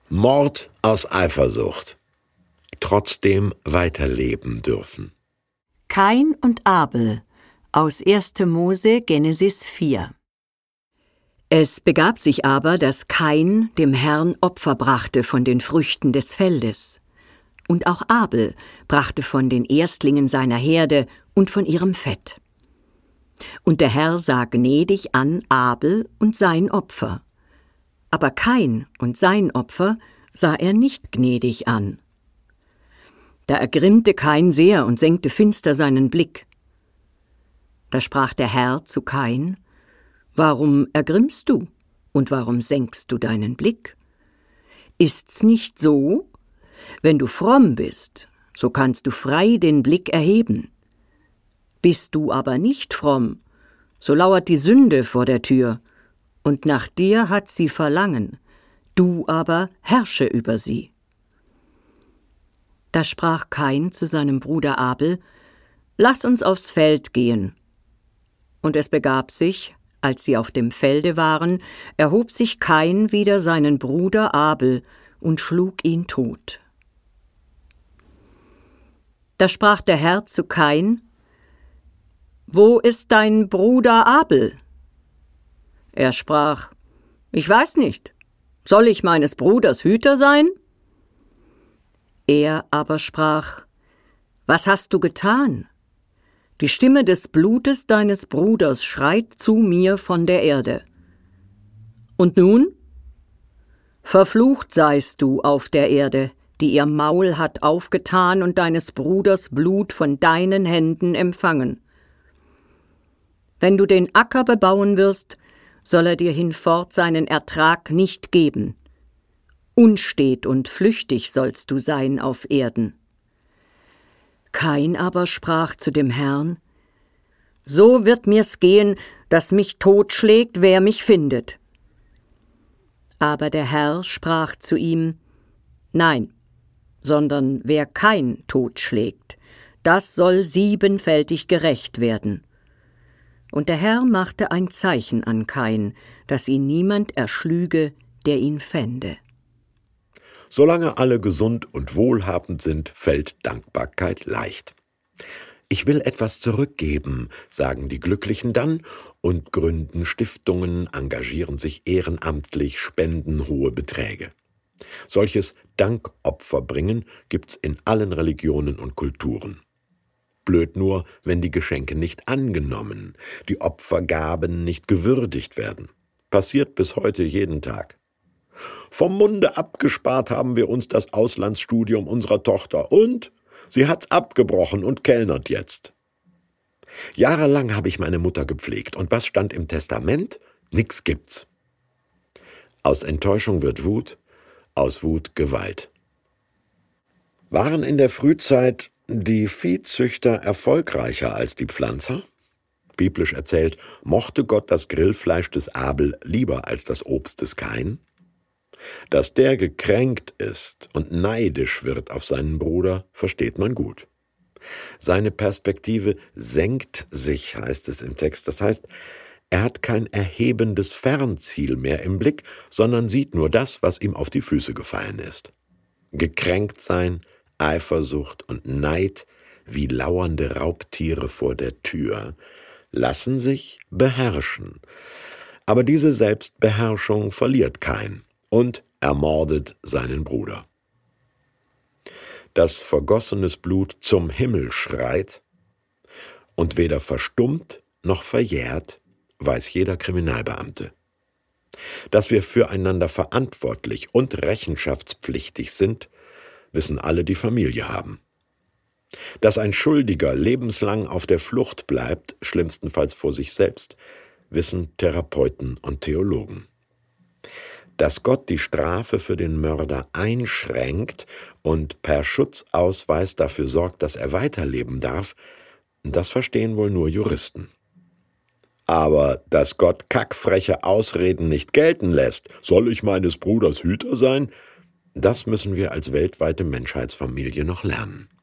Mord aus Eifersucht. Trotzdem weiterleben dürfen. Kain und Abel aus 1. Mose Genesis 4. Es begab sich aber, dass Kain dem Herrn Opfer brachte von den Früchten des Feldes. Und auch Abel brachte von den Erstlingen seiner Herde und von ihrem Fett. Und der Herr sah gnädig an Abel und sein Opfer. Aber Kain und sein Opfer sah er nicht gnädig an. Da ergrimmte Kain sehr und senkte finster seinen Blick. Da sprach der Herr zu Kain: Warum ergrimmst du und warum senkst du deinen Blick? Ist's nicht so? Wenn du fromm bist, so kannst du frei den Blick erheben. Bist du aber nicht fromm, so lauert die Sünde vor der Tür, und nach dir hat sie Verlangen, du aber herrsche über sie. Da sprach Kain zu seinem Bruder Abel: Lass uns aufs Feld gehen. Und es begab sich, als sie auf dem Felde waren, erhob sich Kain wider seinen Bruder Abel und schlug ihn tot. Da sprach der Herr zu Kain: Wo ist dein Bruder Abel? Er sprach: Ich weiß nicht. Soll ich meines Bruders Hüter sein? Er aber sprach: Was hast du getan? Die Stimme des Blutes deines Bruders schreit zu mir von der Erde. Und nun? Verflucht seist du auf der Erde, die ihr Maul hat aufgetan und deines Bruders Blut von deinen Händen empfangen. Wenn du den Acker bebauen wirst, soll er dir hinfort seinen Ertrag nicht geben. Unstet und flüchtig sollst du sein auf Erden. Kain aber sprach zu dem Herrn: So wird mir's gehen, dass mich totschlägt, wer mich findet. Aber der Herr sprach zu ihm: Nein, sondern wer Kain totschlägt, das soll siebenfältig gerächt werden. Und der Herr machte ein Zeichen an Kain, dass ihn niemand erschlüge, der ihn fände. Solange alle gesund und wohlhabend sind, fällt Dankbarkeit leicht. Ich will etwas zurückgeben, sagen die Glücklichen dann und gründen Stiftungen, engagieren sich ehrenamtlich, spenden hohe Beträge. Solches Dankopfer bringen gibt's in allen Religionen und Kulturen. Blöd nur, wenn die Geschenke nicht angenommen, die Opfergaben nicht gewürdigt werden. Passiert bis heute jeden Tag. Vom Munde abgespart haben wir uns das Auslandsstudium unserer Tochter und sie hat's abgebrochen und kellnert jetzt. Jahrelang habe ich meine Mutter gepflegt und was stand im Testament? Nix gibt's. Aus Enttäuschung wird Wut, aus Wut Gewalt. Waren in der Frühzeit die Viehzüchter erfolgreicher als die Pflanzer? Biblisch erzählt, mochte Gott das Grillfleisch des Abel lieber als das Obst des Kain? Dass der gekränkt ist und neidisch wird auf seinen Bruder, versteht man gut. Seine Perspektive senkt sich, heißt es im Text. Das heißt, er hat kein erhebendes Fernziel mehr im Blick, sondern sieht nur das, was ihm auf die Füße gefallen ist. Gekränkt sein, Eifersucht und Neid, wie lauernde Raubtiere vor der Tür, lassen sich beherrschen. Aber diese Selbstbeherrschung verliert Kain und ermordet seinen Bruder. Dass vergossenes Blut zum Himmel schreit und weder verstummt noch verjährt, weiß jeder Kriminalbeamte. Dass wir füreinander verantwortlich und rechenschaftspflichtig sind, wissen alle, die Familie haben. Dass ein Schuldiger lebenslang auf der Flucht bleibt, schlimmstenfalls vor sich selbst, wissen Therapeuten und Theologen. Dass Gott die Strafe für den Mörder einschränkt und per Schutzausweis dafür sorgt, dass er weiterleben darf, das verstehen wohl nur Juristen. Aber dass Gott kackfreche Ausreden nicht gelten lässt, soll ich meines Bruders Hüter sein, das müssen wir als weltweite Menschheitsfamilie noch lernen.